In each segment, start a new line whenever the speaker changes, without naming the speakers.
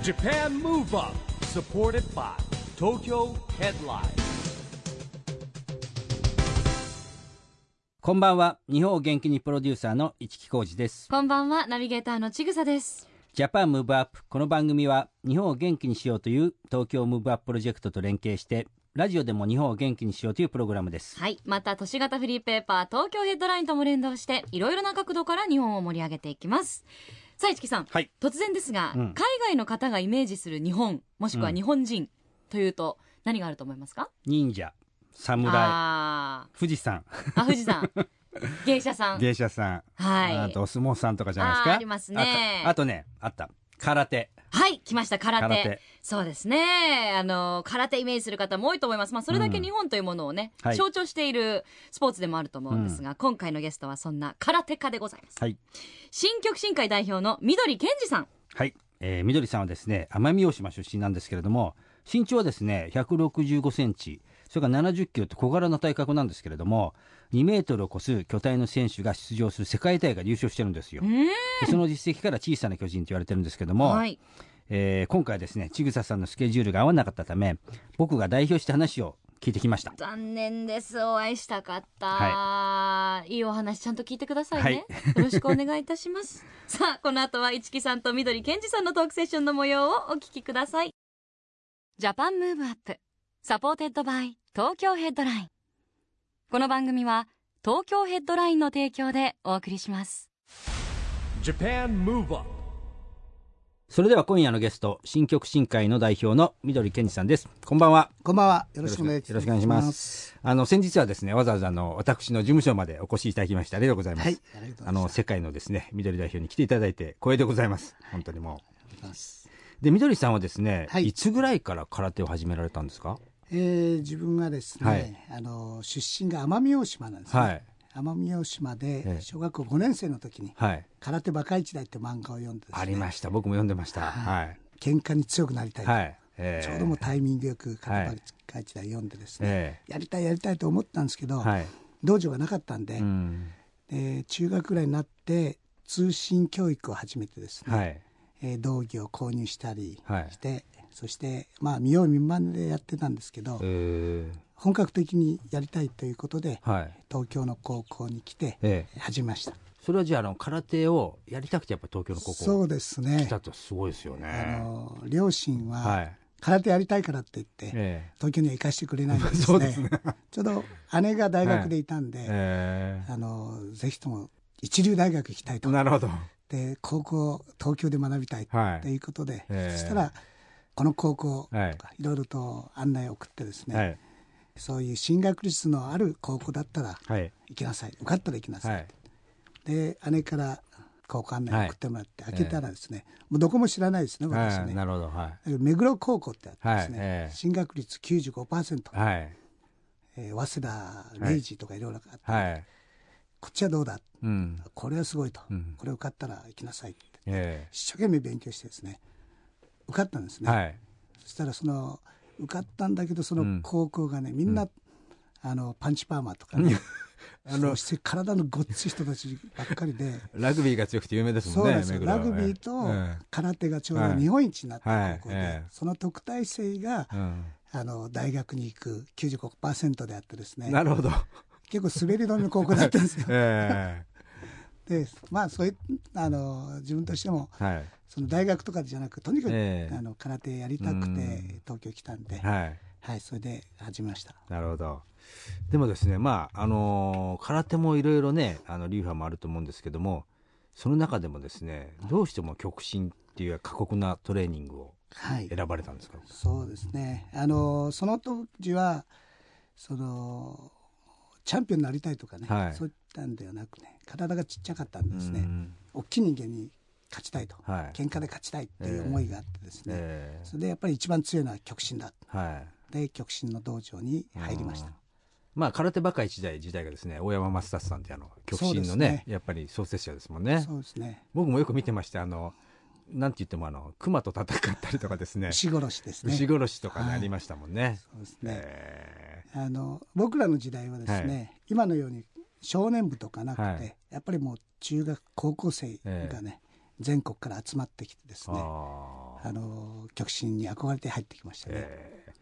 Japan Move Up, supported by Tokyo Headline。
こんばんは。日本を元気にプロデューサーの市木浩司です。
こんばんは。ナビゲーターのちぐさです。
ジャパンムーブアップ。この番組は日本を元気にしようという東京ムーブアッププロジェクトと連携してラジオでも日本を元気にしようというプログラムです。
はい。また都市型フリーペーパー東京ヘッドラインとも連動していろいろな角度から日本を盛り上げていきます。さあ市木さん、
はい、
突然ですが、海外の方がイメージする日本もしくは日本人というと何があると思いますか？
忍者、侍、富士山、
富士山芸者さん、はい、
あとお相撲さんとかじゃないですか。
ありますね。
あとね、あった空手。
はい、来ました。空手。そうですね。空手イメージする方も多いと思います。それだけ日本というものをね、象徴しているスポーツでもあると思うんですが、今回のゲストはそんな空手家でございます。はい、新極真会代表の緑健二さん。
はい、緑さんはですね、奄美大島出身なんですけれども、身長はですね、165センチ、それから70キロと小柄な体格なんですけれども、2メートルを超す巨体の選手が出場する世界大会で優勝してるんですよ。その実績から小さな巨人と言われてるんですけども、はい、今回ですね、ちぐささんのスケジュールが合わなかったため、僕が代表して話を聞いてきました。
残念です。お会いしたかった、いいお話ちゃんと聞いてくださいね、よろしくお願いいたしますさあ、この後は市木さんと緑健二さんのトークセッションの模様をお聞きください。ジャパンムーブアップサポーテッドバイ東京ヘッドライン。この番組は東京ヘッドラインの提供でお送りします。
Japan Move Up。
それでは今夜のゲスト、新極真会の代表の緑健二さんです。こんばんは。
こんばんは。よろしくお願いします。
先日はですね、わざわざ私の事務所までお越しいただきましてありがとうございます。はい、ありがとうございます。世界のですね、緑代表に来ていただいて光栄でございます。本当にもう。ありがとうございます。で、緑さんはですね、いつぐらいから空手を始められたんですか？
自分がですね、出身が奄美大島なんですね。奄美大島で小学校5年生の時に空手バカ一代って漫画を読んでですね、
ありました。僕も読んでました。
喧嘩に強くなりたいと、ちょうどもうタイミングよく空手バカ一代読んでですね、やりたいと思ったんですけど、道場がなかったんで、中学ぐらいになって通信教育を始めてですね、道着を購入したりして、そして見よう見まねでやってたんですけど、本格的にやりたいということで、東京の高校に来て始めました。
それはじゃあ空手をやりたくてやっぱり東京の高校
そうですね、
来たとすごいですよね。
両親は、空手やりたいからって言って、東京には行かせてくれないんですね。そうですねちょうど姉が大学でいたんで、ぜひとも一流大学行きたいと。
なるほど。
で、高校東京で学びたいということで、そしたらこの高校とかいろいろと案内を送ってですね、そういう進学率のある高校だったら行きなさい、受かったら行きなさい、で姉から高校案内を送ってもらって開けたらですね、もうどこも知らないですね、私ね。
なるほど。
目黒高校ってあってですね、進学率 95%、早稲田明治とかいろいろあって、こっちはどうだ、これはすごいと、これ受かったら行きなさいって、一生懸命勉強してですね受かったんですね。そしたら受かったんだけど、その高校がね、みんな、パンチパーマとかねそして体のごっつい人たちばっかりで
ラグビーが強くて有名ですもんね。
そうです。ラグビーと空手がちょうど日本一になった高校で、その特待生が、大学に行く 95% であってですね。
なるほど。
結構滑り止めの高校だったんですよ。で、そういう自分としても、その大学とかじゃなく、とにかく、空手やりたくて東京来たんで、それで始めました。
なるほど。でもですね、空手もいろいろね、流派もあると思うんですけども、その中でもですね、どうしても極真っていう過酷なトレーニングを選ばれたんですか？
そうですね、その当時はチャンピオンになりたいとかね、そういったんではなくね、体がちっちゃかったんですね。大きい人間に勝ちたいと、喧嘩で勝ちたいっていう思いがあってですね、それでやっぱり一番強いのは極真だ、で極真の道場に入りました。
空手バカ一代自体がですね、大山正達さんって極真のね、やっぱり創設者ですもんね。
そうですね。
僕もよく見てまして、なんて言っても熊と戦ったりとかですね、
牛殺しですね。
牛殺しとかね、ありましたもんね。
そうですね。僕らの時代はですね、今のように少年部とかなくて、やっぱりもう中学高校生がね、全国から集まってきてですね、 極真に憧れて入ってきましたね。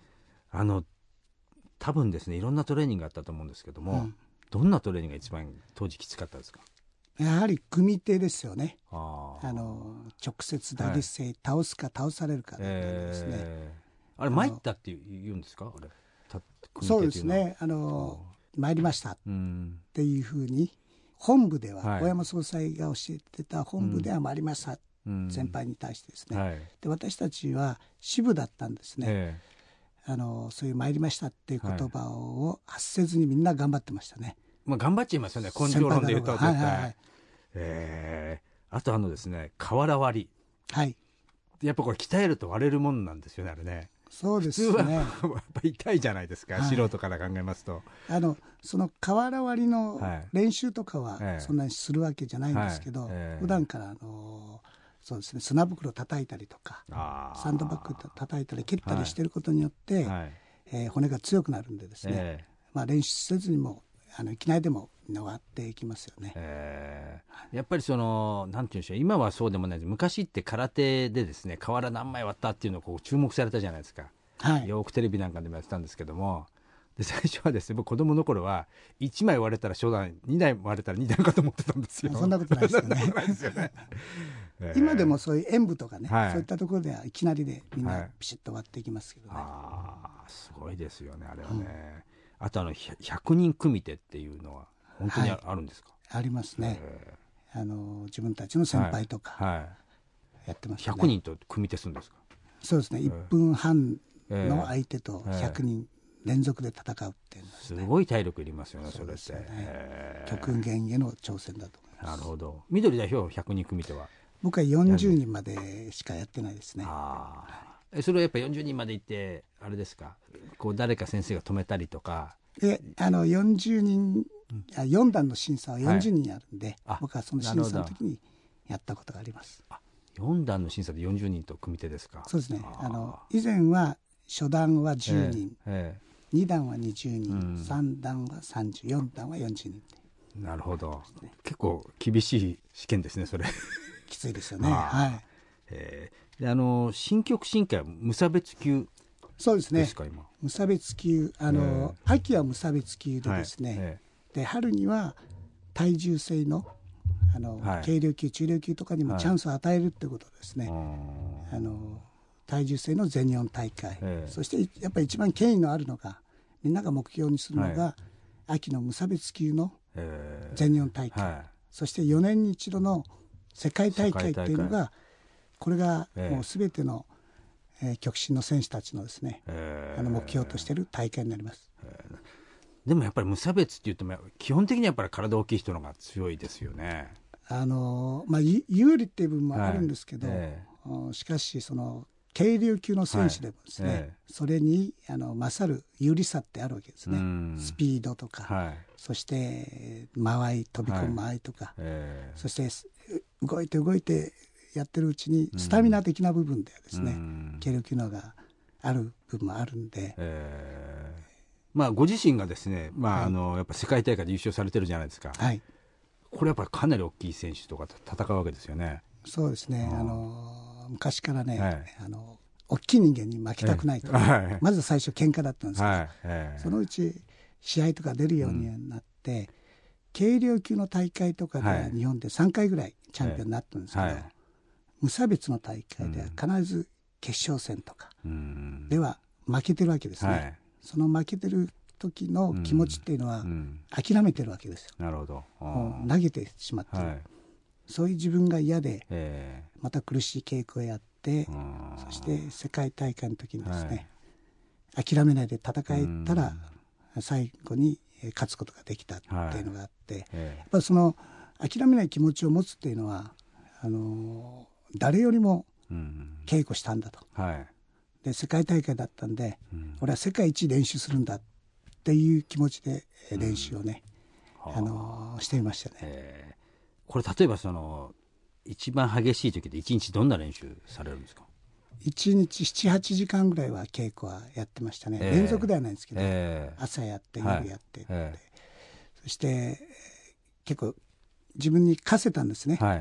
多分ですねいろんなトレーニングがあったと思うんですけども、どんなトレーニングが一番当時きつかったですか？
やはり組手ですよね。直接打撃性、倒すか倒されるかですね。
あれ参ったって言うんですか？あれ
そうですね、参りましたっていうふうに本部では、小山総裁が教えてた本部では参りました、先輩に対してですね、で私たちは支部だったんですね、そういう参りましたっていう言葉を発せずにみんな頑張ってましたね。
頑張っちゃいますよね、根性論で言うと絶対。あとですね、瓦割り、やっぱこれ鍛えると割れるもんなんですよね、あれね。
そうですね。
やっぱ痛いじゃないですか、素人から考えますと。
その瓦割りの練習とかはそんなにするわけじゃないんですけど、普段からそうですね、砂袋叩いたりとかサンドバッグ叩いたり蹴ったりしてることによって、骨が強くなるんでですね、練習せずにもいきなりでも割っていきますよね。
やっぱりなんていうんでしょう、今はそうでもないです。昔って空手でですね、瓦何枚割ったっていうのを注目されたじゃないですか、よくテレビなんかでもやってたんですけども、で最初はですね、僕子供の頃は1枚割れたら初段、2台割れたら2段かと思ってたんですよ。
そんなことないですよね。今でもそういう演舞とかね、そういったところではいきなりでみんなピシッと割っていきますけどね。
すごいですよね、あれはね。あと100人組手っていうのは本当にあるんですか？
ありますね。自分たちの先輩とかやってますね。
100人と組手するんですか？
そうですね、1分半の相手と100人連続で戦うっていうのは
すごい体力いりますよね、それって。
極限への挑戦だと思います。
なるほど。緑代表100人組手は
僕は40人までしかやってないですね。
それはやっぱ40人まで行ってあれですか、誰か先生が止めたりとか。
40人、4段の審査は40人あるんで、僕はその審査の時にやったことがあります。
4段の審査で40人と組手ですか？
そうですね。以前は初段は10人、2段は20人、3段は30、4段は40人。
なるほど、結構厳しい試験ですね、それ。
きついですよね。
で新極真会は無差別級。
そうですね、無差別級、秋は無差別級でですね、で春には体重制の軽量級中量級とかにもチャンスを与えるということですね。体重制の全日本大会、そしてやっぱり一番権威のあるのが、みんなが目標にするのが、秋の無差別級の全日本大会、そして4年に一度の世界大会っていうのが、これがもう全ての極真の選手たちのですね、目標としている大会になります。
でもやっぱり無差別って言っても基本的にやっぱり体大きい人の方が強いですよね。
有利っていう部分もあるんですけど、しかしその軽量級の選手でもですね、それに勝る有利さってあるわけですね。スピードとか、そして間合い、飛び込む間合いとか、そして動いてやってるうちにスタミナ的な部分ではですね、軽量級の方がある部分もあるんで、
ご自身がですね、やっぱ世界大会で優勝されてるじゃないですか。これやっぱりかなり大きい選手とかと戦うわけですよね。
そうですね、昔からね、大きい人間に負けたくないと、まず最初喧嘩だったんですけど、そのうち試合とか出るようになって、軽量級の大会とかでは日本で3回ぐらいチャンピオンになったんですけど、無差別の大会では必ず決勝戦とかでは負けてるわけですね。その負けてる時の気持ちっていうのは諦めてるわけですよ。
なるほど。
投げてしまってる、そういう自分が嫌で、また苦しい稽古をやって、そして世界大会の時にですね、諦めないで戦えたら最後に勝つことができたっていうのがあって、やっぱりその諦めない気持ちを持つっていうのは誰よりも稽古したんだと、で世界大会だったんで、俺は世界一練習するんだっていう気持ちで練習をね、していましたね。
これ例えば一番激しい時で1日どんな練習されるんですか
？1日 7,8 時間ぐらいは稽古はやってましたね。連続ではないんですけど、朝やって夜やって、そして結構自分に課せたんですね、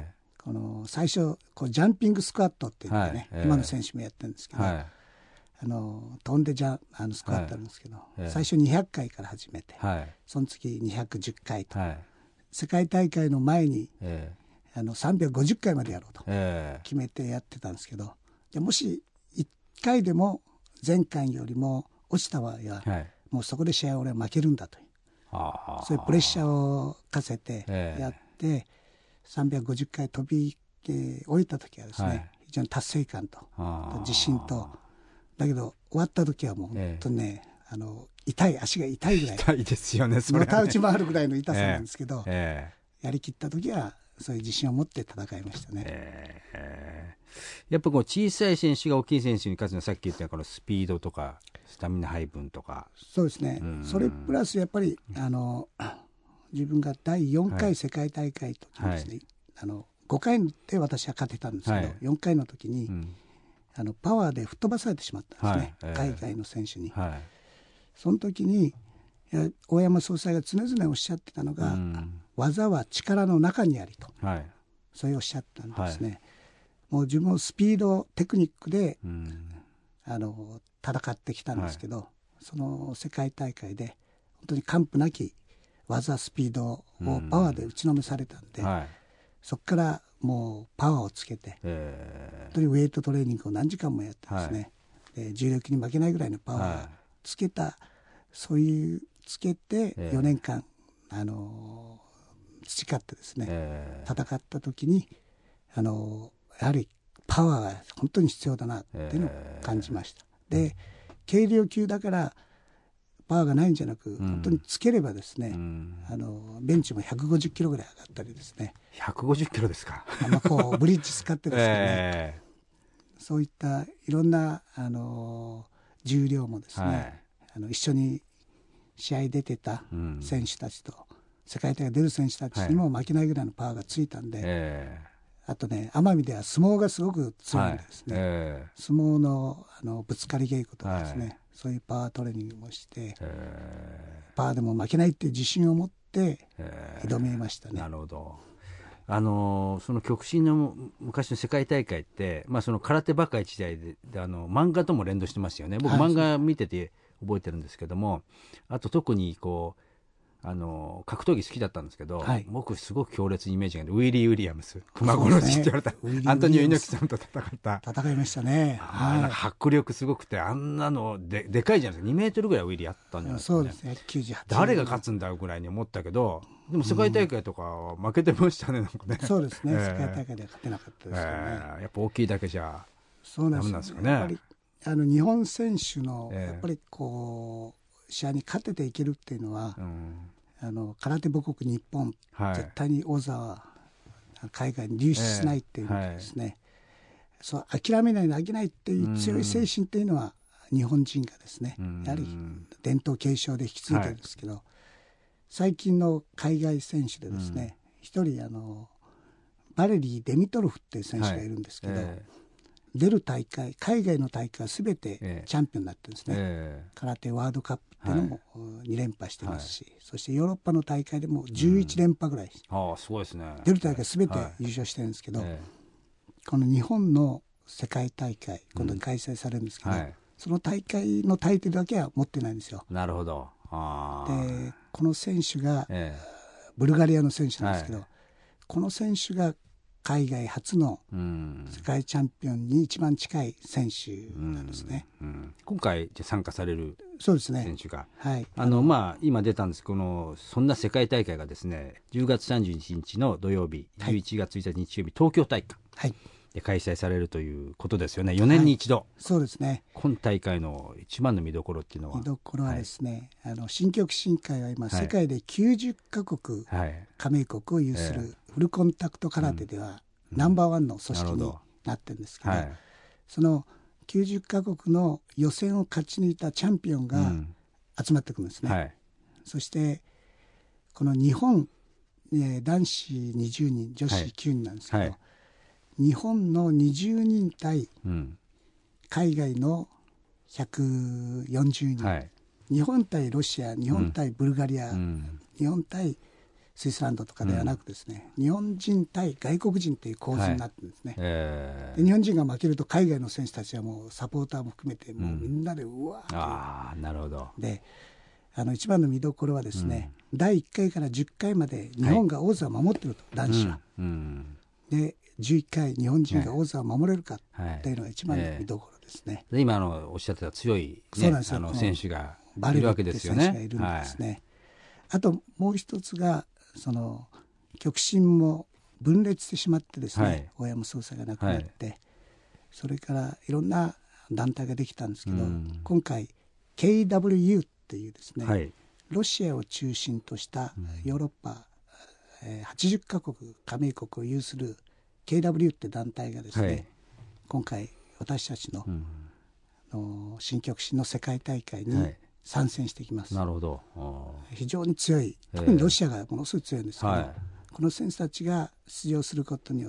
この最初こうジャンピングスクワットって言ってね、今の選手もやってるんですけど、飛んでスクワットあるんですけど、最初200回から始めて、その次210回と、世界大会の前に、350回までやろうと決めてやってたんですけど、もし1回でも前回よりも落ちた場合は、もうそこで試合を俺は負けるんだという、そういうプレッシャーを課せてやって、350回飛び降りた時はですね、非常に達成感と自信と、だけど終わった時はもう本当にね、痛い、足が痛いぐらい、
痛いですよね、それはね、
のたうち回るぐらいの痛さなんですけど、やりきった時はそういう自信を持って戦いましたね。
やっぱこう小さい選手が大きい選手に勝つのは、さっき言ったこのスピードとかスタミナ配分とか。
そうですね、それプラスやっぱり自分が第4回世界大会の時にですね、5回で私は勝てたんですけど、4回の時に、パワーで吹っ飛ばされてしまったんですね、海外の選手に。その時に大山総裁が常々おっしゃってたのが、技は力の中にありと、そうおっしゃったんですね。もう自分もスピードテクニックで、戦ってきたんですけど、その世界大会で本当に完膚なき技スピードをパワーで打ちのめされたんで、そこからもうパワーをつけて、本当にウェイトトレーニングを何時間もやってですね、重力に負けないぐらいのパワーをつけた、そういうつけて4年間、培ってですね、戦った時にやはりパワーが本当に必要だなっていうのを感じました。で、軽量級だからパワーがないんじゃなく、本当につければですね、ベンチも150キロぐらい上がったりですね。
150キロですか。
こうブリッジ使ってですね、そういったいろんな重量もですね、一緒に試合出てた選手たちと、世界大会出る選手たちにも負けないぐらいのパワーがついたんで、あとね、奄美では相撲がすごく強いんでですね、相撲のぶつかり稽古とかですね、そういうパワートレーニングもして、パワーでも負けないっていう自信を持って挑みましたね。
なるほど。その極真の昔の世界大会って、その空手ばかり時代で漫画とも連動してますよね。僕、漫画見てて覚えてるんですけども、あと特にこう格闘技好きだったんですけど、僕すごく強烈にイメージがあるウィリー・ウィリアムス、熊殺しって言われた、アントニオ猪木さんと戦
いましたね。
迫力すごくて、あんなの でかいじゃないですか。2メートルぐらいウィリーあったんじゃないですかね。
そうですね、98。
誰が勝つんだぐらいに思ったけど、でも世界大会とかは負けてましたね、なんかね。
そうですね、世界大会では勝てなかったですよね。
やっぱ大きいだけじゃ
ダメ
なんですかね。
やっぱり日本選手のやっぱりこう試合に勝てていけるっていうのは、空手母国日本、絶対に王座は海外に流出しないっていうのですね、そう諦めないであげないっていう強い精神っていうのは日本人がですね、やはり伝統継承で引き継いでるんですけど、最近の海外選手でですね、一人バレリー・デミトロフっていう選手がいるんですけど、出る大会、海外の大会は全てチャンピオンになってるんですね。空手ワールドカップっていうのも2連覇してますし、そしてヨーロッパの大会でも11連覇ぐらい、
すごいですね。
出る大会全て優勝してるんですけど、この日本の世界大会今度開催されるんですけど、その大会のタイトルだけは持ってないんですよ。
なるほど。
でこの選手がブルガリアの選手なんですけど、この選手が海外初の世界チャンピオンに一番近い選手なんですね。
今回参加される選手が、今出たんですけど、そんな世界大会がですね、10月31日の土曜日、11月1日日曜日、東京大会で開催されるということですよね。4年に一度。
そうですね。
今大会の一番の見どころっていうのは、
見どころはですね、新極真会は今世界で90カ国加盟国を有するフルコンタクト空手ではナンバーワンの組織になってるんですけど、その90カ国の予選を勝ち抜いたチャンピオンが集まってくるんですね。そしてこの日本、男子20人女子9人なんですけど、日本の20人対海外の140人、日本対ロシア、日本対ブルガリア、日本対スイスランドとかではなくですね、日本人対外国人という構図になってるんですね、で日本人が負けると海外の選手たちはもうサポーターも含めてもうみんなでうわーって、
なるほど。
で一番の見どころはですね、第1回から10回まで日本が王座を守っていると、男子は、で11回日本人が王座を守れるかというのが一番の見どころですね。
で今おっしゃってた強い、ね、選手がいるわけですよね。
バレルって選手がいるんですね、あともう一つが極真も分裂してしまってですね、大山総裁が亡くなって、それからいろんな団体ができたんですけど、今回 KWU っていうですね、ロシアを中心としたヨーロッパ、80カ国加盟国を有する KW って団体がですね、今回私たちの、新極真の世界大会に参戦してきます。
なるほど。
非常に強い、特にロシアがものすごい強いんですけど、この選手たちが出場することによって、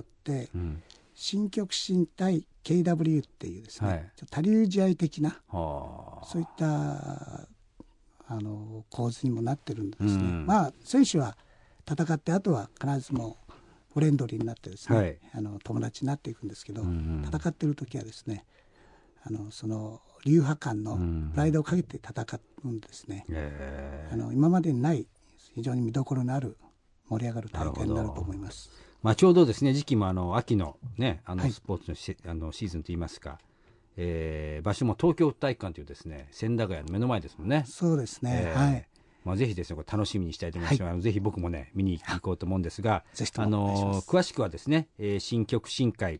新極真対 KW っていうですね、多流試合的なそういった構図にもなってるんですね、選手は戦ってあとは必ずもフレンドリーになってですね、友達になっていくんですけど、戦ってる時はですね、その流派間のプライドをかけて戦うんですね、今までにない非常に見どころのある盛り上がる大会になると思います。
ちょうどですね、時期も秋のね、スポーツのシーズンといいますか、場所も東京体育館というですね、千駄ヶ谷の目の前ですもんね。
そうですね、
ぜひですね、これ楽しみにしたいと思います、ぜひ僕もね見に行こうと思うんですが、詳しくはですね、新極真会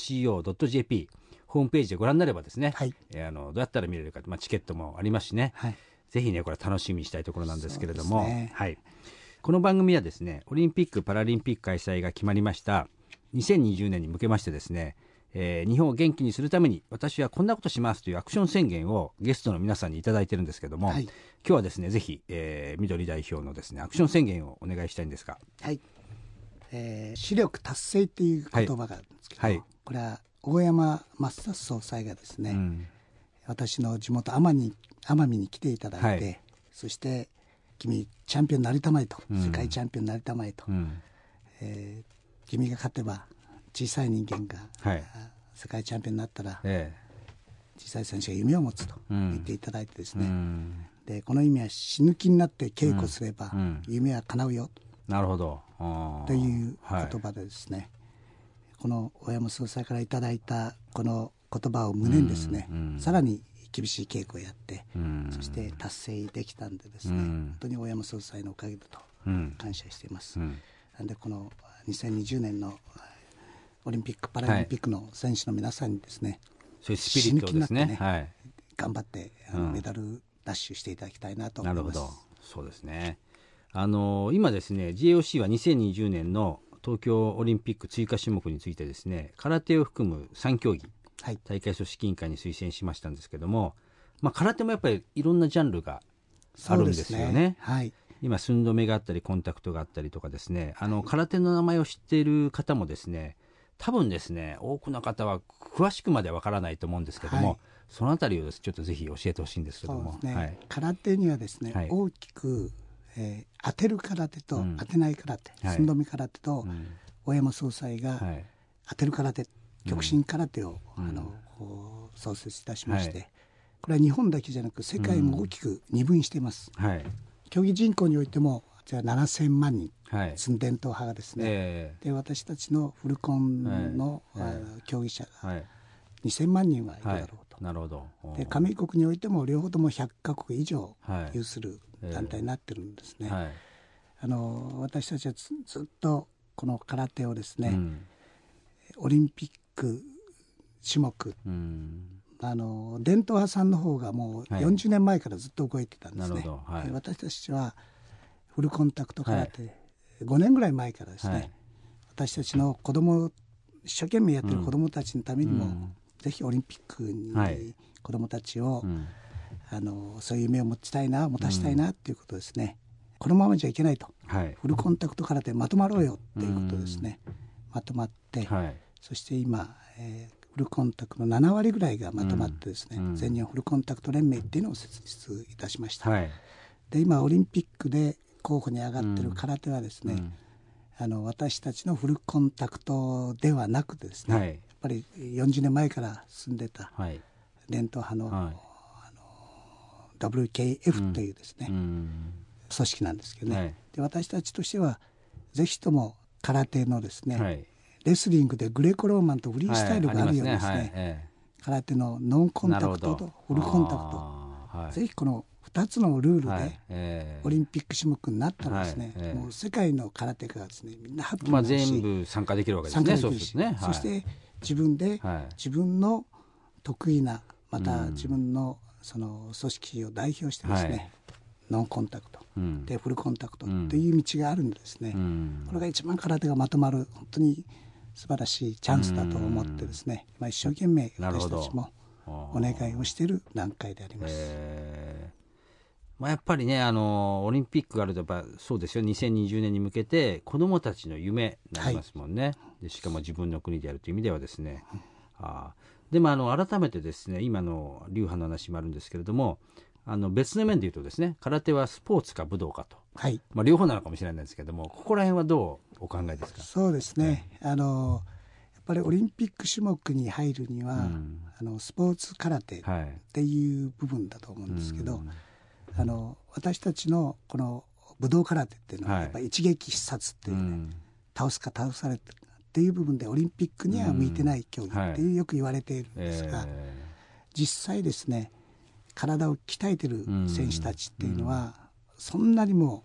.co.jp ホームページでご覧になればですね、どうやったら見れるか、チケットもありますしね、ぜひねこれ楽しみにしたいところなんですけれども、この番組はですね、オリンピック・パラリンピック開催が決まりました2020年に向けましてですね、日本を元気にするために私はこんなことしますというアクション宣言をゲストの皆さんにいただいてるんですけども、今日はですね、ぜひ、緑代表のですねアクション宣言をお願いしたいんですが、
視力達成っていう言葉があるんですけど、これは大山正達総裁がですね、私の地元奄美に来ていただいて、そして君チャンピオンになりたまえと、世界チャンピオンになりたまえと、君が勝てば小さい人間が、世界チャンピオンになったら、小さい選手が夢を持つと言っていただいてですね、でこの意味は死ぬ気になって稽古すれば、夢は叶うよ、
なるほど
という言葉でですね、この大山総裁からいただいたこの言葉を胸にですね、さらに厳しい稽古をやって、そして達成できたんでですね、本当に大山総裁のおかげだと感謝しています。なんでこの2020年のオリンピック・パラリンピックの選手の皆さんにですね、
そういうスピリットですね、
頑張ってメダルダッシュしていただきたいなと思います。
なるほど、そうですね。今ですね JOC は2020年の東京オリンピック追加種目についてですね、空手を含む3競技、大会組織委員会に推薦しましたんですけども、空手もやっぱりいろんなジャンルがあるんですよね。今寸止めがあったりコンタクトがあったりとかですね、空手の名前を知っている方もですね、多分ですね多くの方は詳しくまではわからないと思うんですけども、そのあたりをちょっとぜひ教えてほしいんですけども。
空手にはですね、大きく、当てる空手と当てない空手、寸止め空手と、大山総裁が当てる空手、極真空手を、創設いたしまして、これは日本だけじゃなく世界も大きく二分しています。競技人口においてもじゃあ7000万人、伝統派がですね、で私たちのフルコンの、競技者が2000万人はいるだろうと。
なるほど。
で加盟国においても両方とも100カ国以上有する団体になってるんですね。私たちはずっとこの空手をですね、オリンピック種目、伝統派さんの方がもう40年前からずっと動いてたんですね。私たちはフルコンタクト空手、5年ぐらい前からですね、私たちの子供、一生懸命やってる子どもたちのためにも、ぜひオリンピックに子どもたちを、そういう夢を持たしたいなっていうことですね。このままじゃいけないと、フルコンタクト空手まとまろうよっていうことですね。まとまって、そして今、フルコンタクトの7割ぐらいがまとまってですね、全日本フルコンタクト連盟っていうのを設立いたしました。で今オリンピックで候補に上がってる空手はですね、私たちのフルコンタクトではなくてですね、やっぱり40年前から進んでた伝統派の、WKF というですね、組織なんですけどね、で私たちとしてはぜひとも空手のですね、レスリングでグレコローマンとフリースタイルがあるようにですね、空手のノンコンタクトとフルコンタクト、ぜひこの2つのルールでオリンピック種目になったらですね、もう世界の空手家がですね、みんなハッピーになるし、
全部参加できるわけですね。そうですね。
そして自分で、自分の得意な、また自分のその組織を代表してですね、ノンコンタクト、でフルコンタクトっていう道があるんでですね、これが一番空手がまとまる本当に素晴らしいチャンスだと思ってですね、一生懸命私たちもお願いをしている段階であります。
やっぱりね、オリンピックがあるとやっぱそうですよ、2020年に向けて子どもたちの夢になりますもんね、でしかも自分の国でやるという意味ではですね、でも改めてですね、今の流派の話もあるんですけれども、別の面で言うとですね、空手はスポーツか武道かと、両方なのかもしれないんですけれども、ここら辺はどうお考えですか？
そうですね、やっぱりオリンピック種目に入るには、スポーツ空手っていう部分だと思うんですけど、私たちのこの武道空手っていうのはやっぱり一撃必殺っていうね、倒すか倒されてっていう部分でオリンピックには向いてない競技っていうよく言われているんですが、実際ですね、体を鍛えてる選手たちっていうのは、そんなにも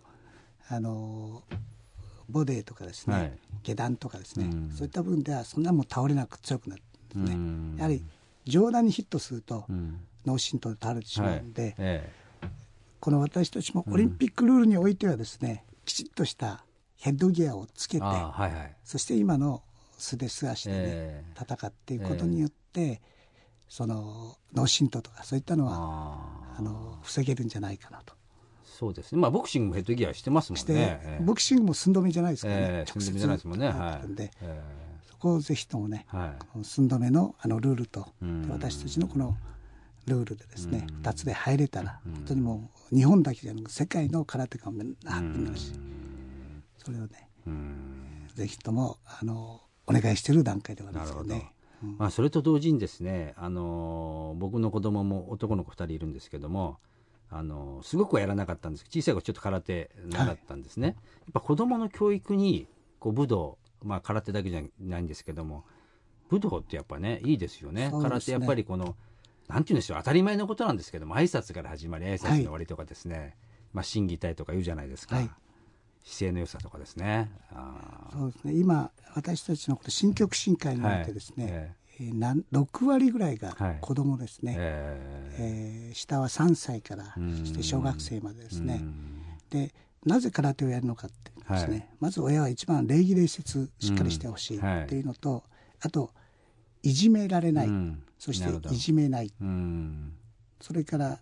ボデーとかですね、下段とかですね、そういった部分ではそんなも倒れなく強くなるんですね。やはり上段にヒットすると脳震盪で倒れてしまうんで、この私たちもオリンピックルールにおいてはですね、きちっとしたヘッドギアをつけて、そして今の素手素足で、ね戦っていくことによって、その脳震盪とかそういったのは防げるんじゃないかなと。
そうですね、ボクシングもヘッドギアしてますもんね。
ボクシングも寸止めじゃないですからね、
直接じゃないですもんね。
そこをぜひともね、寸止めのルールと、私たちのこのルールでですね、2つで入れたら、本当にもう日本だけじゃなく世界の空手家もみんなハッピーになるし、それをね、ぜひともお願いしている段階ではあるんですよね。
それと同時にですね、僕の子供も男の子2人いるんですけども、すごくはやらなかったんですけど、小さい頃ちょっと空手習ったんですね。やっぱ子供の教育に武道、空手だけじゃないんですけども、武道ってやっぱねいいですよね。空手やっぱりこのなんていうんでしょう、当たり前のことなんですけども、挨拶から始まり挨拶の終わりとかですね、心技体とか言うじゃないですか、姿勢の良さとかですね。
そうですね、今私たちの新曲新会においてですね、6割ぐらいが子供ですね、下は3歳からそして小学生までですね、でなぜ空手をやるのかってですね、まず親は一番礼儀礼節しっかりしてほしいっていうのと、あといじめられない、そしていじめない、それから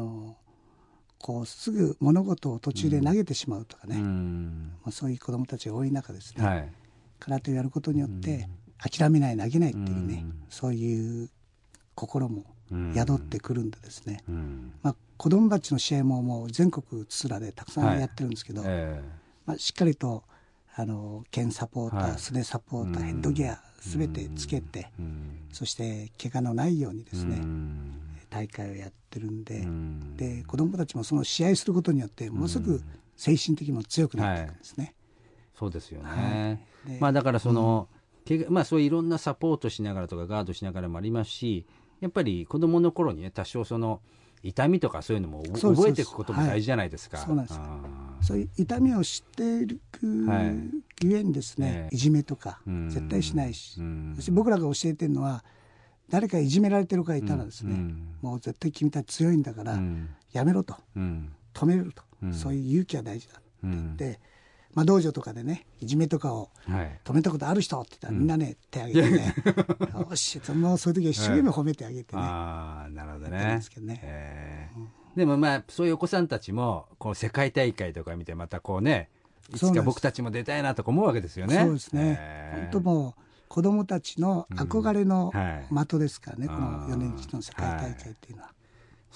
すぐ物事を途中で投げてしまうとかね、そういう子どもたちが多い中ですね、空手をやることによって諦めない投げないっていうね、そういう心も宿ってくるんでですね、子どもたちの試合ももう全国津々浦でたくさんやってるんですけど、しっかりと剣サポーター、素手サポーター、ヘッドギアすべてつけて、そして怪我のないようにですね、大会をやってるんで、で子どもたちもその試合することによってものすごく精神的にも強くなっていくんですね。
そうですよね。だからそういういろんなサポートしながらとかガードしながらもありますし、やっぱり子どもの頃にね、多少その痛みとかそういうのも覚えていくことも大事じゃないですか。
そうなんです。そういう痛みを知っているゆえにですね、いじめとか絶対しないし、そして僕らが教えてるのは、誰かいじめられてる子がいたらですね、もう絶対君たち強いんだからやめろと、止めると、そういう勇気は大事だって言って、道場とかでね、いじめとかを止めたことある人って言ったら、みんなね、手挙げてね、よし、もうそういう時は一生懸命褒めてあげてね。
なるほどね。でもそういうお子さんたちも世界大会とか見て、またいつか僕たちも出たいなとか思うわけですよね。
そうですね。本当もう子どもたちの憧れの的ですからね、この4年一の世界大会っていうのは。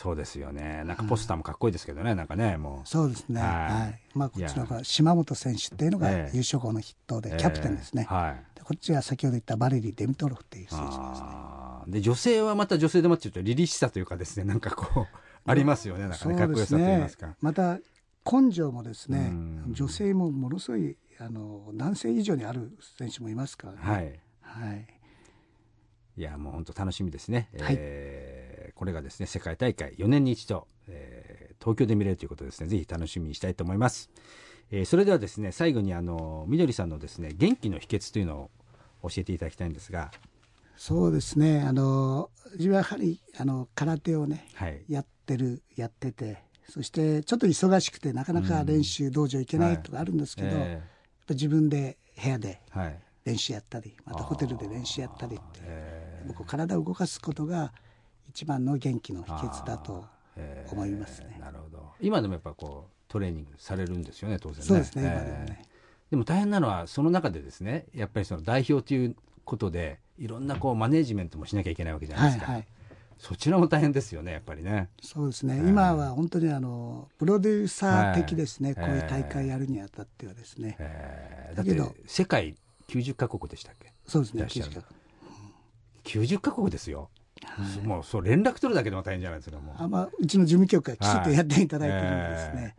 そうですよね。なんかポスターもかっこいいですけどね、なんかね、もう。
そうですね。はい。まあこっちの方が島本選手っていうのが優勝校の筆頭でキャプテンですね。はい。でこっちは先ほど言ったバレリー・デミトロフっていう選手ですね。
で女性はまた女性でもちょっと凛々しさというかですね、なんかこうありますよね。なんかね、かっこよさと言いますか。
また根性もですね、女性もものすごい男性以上にある選手もいますからね。はいはい。
いやもう本当楽しみですね。
はい。
これがですね世界大会4年に一度、東京で見れるということですね。ぜひ楽しみにしたいと思います。それではですね最後にみどりさんのですね元気の秘訣というのを教えていただきたいんですが。
そうですね。自分はやはり空手をね、はい、やってて、そしてちょっと忙しくてなかなか練習道場行けないとかあるんですけど、やっぱ自分で部屋で練習やったり、またホテルで練習やったりって、僕体を動かすことが一番の元気の秘訣だと思いますね。
なるほど。今でもやっぱこうトレーニングされるんですよね、当然ね。
そうですね、今でもね。
でも大変なのはその中でですね、やっぱりその代表ということでいろんなこうマネージメントもしなきゃいけないわけじゃないですか。はいはい、そちらも大変ですよね、やっぱりね。
そうですね。今は本当にプロデューサー的ですね。こういう大会やるにあたってはですね。
だけど世界90カ国でしたっけ？
そうですね。
90カ国ですよ。はい、もうそう連絡取るだけでも大変じゃないですか。もう
うちの事務局がきちっとやっていただいてるんですね。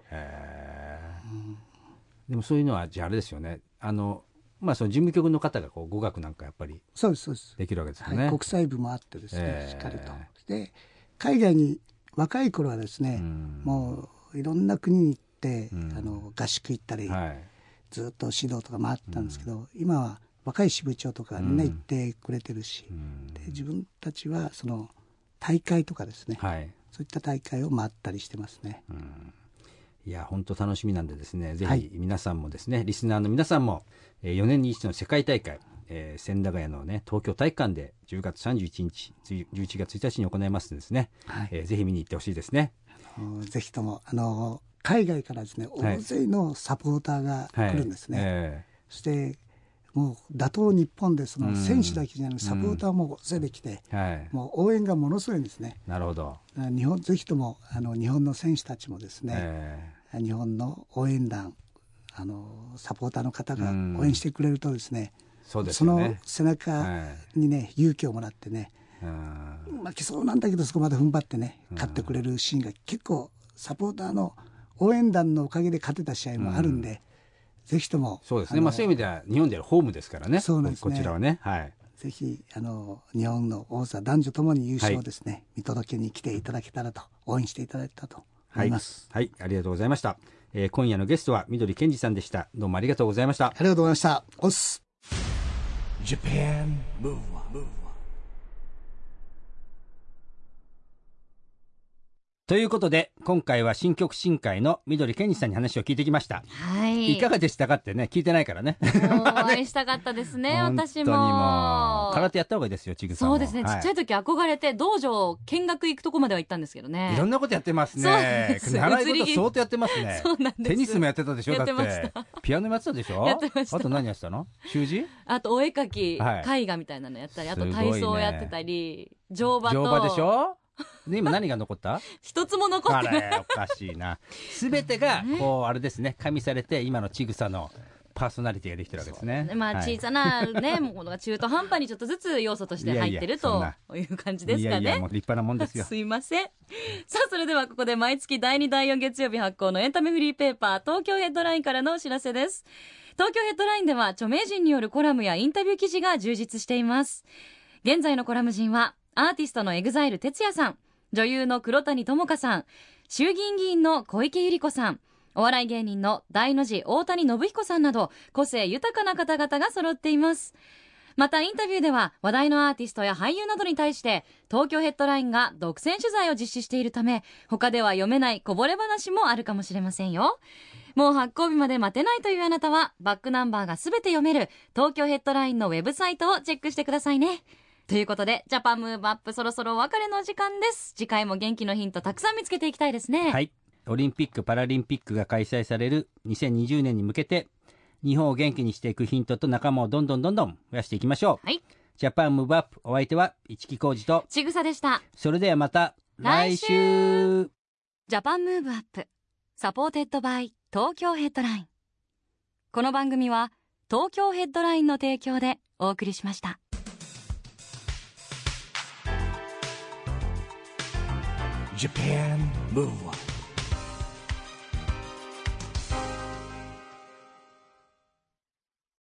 でもそういうのはじゃああれですよね。まあ、その事務局の方がこう語学なんかやっぱりできるわけですよね。
はい、国際部もあってですね、しっかりと。で海外に若い頃はですね、もういろんな国に行って、合宿行ったり、はい、ずっと指導とかもあったんですけど、今は若い支部長とかみんな行ってくれてるし、で自分たちはその大会とかですね、はい、そういった大会を回ったりしてますね。
いや本当楽しみなんでですね、ぜひ皆さんもですね、はい、リスナーの皆さんも4年に一度の世界大会、千駄ヶ谷のね東京体育館で10月31日11月1日に行いますのでですね、はい、ぜひ見に行ってほしいですね。
ぜひとも海外からですね大勢のサポーターが来るんですね。そしてもう打倒日本でその選手だけじゃなくサポーターも大勢で来て、もう応援がものすごいんですね。
なるほど。
ぜひとも日本の選手たちもですね、日本の応援団サポーターの方が応援してくれるとですね、
そうですよね、
その背中にね、勇気をもらってね、負けそうなんだけどそこまで踏ん張ってね勝ってくれるシーンが結構サポーターの応援団のおかげで勝てた試合もあるんで、ぜひとも
そうですね、まあ、そういう意味では日本ではホームですからね。そうですね、こちらはね、はい、
ぜひ日本の王座男女ともに優勝をですね、見届けに来ていただけたらと、応援していただけたらと思います。
はい、ありがとうございました。今夜のゲストは緑健二さんでした。どうもありがとうございました。
ありがとうございました。おっす。
ということで今回は新曲新会の緑健二さんに話を聞いてきました。
はい、
いかがでしたかってね、聞いてないからね。
お会いしたかったですね。私も
空手やった方がいいですよ、ちぐさんも。
そうですね、ちっちゃい時憧れて道場見学行くとこまでは行ったんですけどね。
いろんなことやってますね。習い事相当やってますね。
そうなんです。
テニスもやってたでしょ。だってピアノもやってたでしょ。
やってました。
あと何やってたの？習字？
あとお絵描き、絵画みたいなのやったり、あと体操やってたり、乗馬
でしょ。で今何が残った？
一つも残ってない。
あれおかしいな。全てがこうあれですね、加味されて今のちぐさのパーソナリティができてるわけですね。
まあ小さなねものが中途半端にちょっとずつ要素として入ってるという感じですかね。
いやもう立派なもんですよ。
すいません。さあそれではここで毎月第2第4月曜日発行のエンタメフリーペーパー東京ヘッドラインからのお知らせです。東京ヘッドラインでは著名人によるコラムやインタビュー記事が充実しています。現在のコラム陣はアーティストのEXILE哲也さん、女優の黒谷友香さん、衆議院議員の小池百合子さん、お笑い芸人の大の字大谷信彦さんなど個性豊かな方々が揃っています。またインタビューでは話題のアーティストや俳優などに対して東京ヘッドラインが独占取材を実施しているため、他では読めないこぼれ話もあるかもしれませんよ。もう発行日まで待てないというあなたはバックナンバーがすべて読める東京ヘッドラインのウェブサイトをチェックしてくださいね。ということでジャパンムーブアップ、そろそろお別れの時間です。次回も元気のヒントたくさん見つけていきたいですね。
はい、オリンピックパラリンピックが開催される2020年に向けて日本を元気にしていくヒントと仲間をどんどん増やしていきましょう。
はい、
ジャパンムーブアップ、お相手は市木浩二と
ちぐさでした。
それではまた来週。
ジャパンムーブアップサポーテッドバイ東京ヘッドライン。この番組は東京ヘッドラインの提供でお送りしました。
Japan Move Up